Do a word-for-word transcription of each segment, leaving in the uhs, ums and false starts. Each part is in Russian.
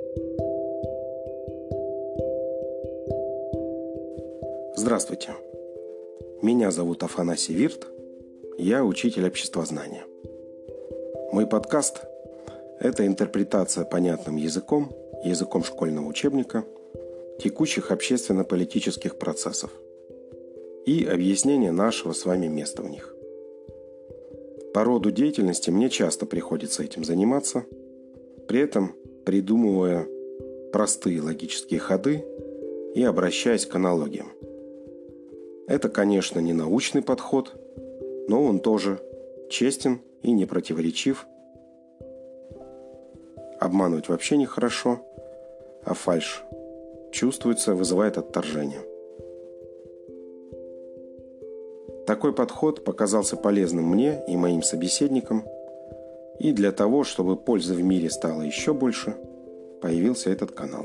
Здравствуйте. Меня зовут Афанасий Вирт. Я учитель обществознания. Мой подкаст – это интерпретация понятным языком, языком школьного учебника, текущих общественно-политических процессов и объяснение нашего с вами места в них. По роду деятельности мне часто приходится этим заниматься, при этом придумывая простые логические ходы и обращаясь к аналогиям. Это, конечно, не научный подход, но он тоже честен и не противоречив. Обманывать вообще нехорошо, а фальшь чувствуется, вызывает отторжение. Такой подход показался полезным мне и моим собеседникам, и для того, чтобы пользы в мире стало еще больше, появился этот канал.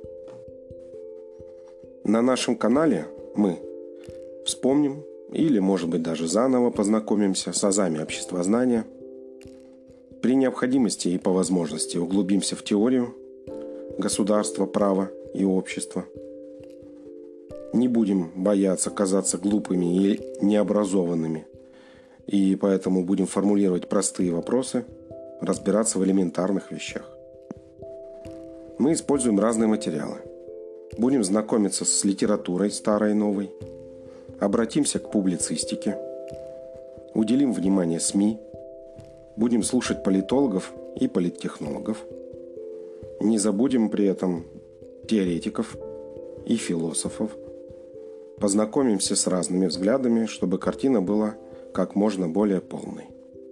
На нашем канале мы вспомним или, может быть, даже заново познакомимся с азами обществознания, при необходимости и по возможности углубимся в теорию государства, права и общества. Не будем бояться казаться глупыми или необразованными, и поэтому будем формулировать простые вопросы, разбираться в элементарных вещах. Мы используем разные материалы. Будем знакомиться с литературой старой и новой, обратимся к публицистике, уделим внимание СМИ, будем слушать политологов и политтехнологов. Не забудем при этом теоретиков и философов. Познакомимся с разными взглядами, чтобы картина была как можно более полной.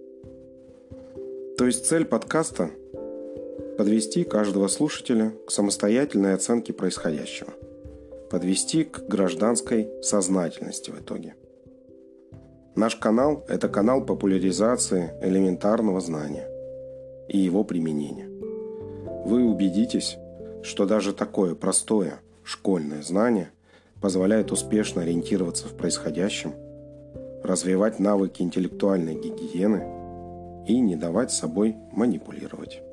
То есть цель подкаста – подвести каждого слушателя к самостоятельной оценке происходящего, подвести к гражданской сознательности в итоге. Наш канал – это канал популяризации элементарного знания и его применения. Вы убедитесь, что даже такое простое школьное знание позволяет успешно ориентироваться в происходящем, развивать навыки интеллектуальной гигиены и не давать собой манипулировать.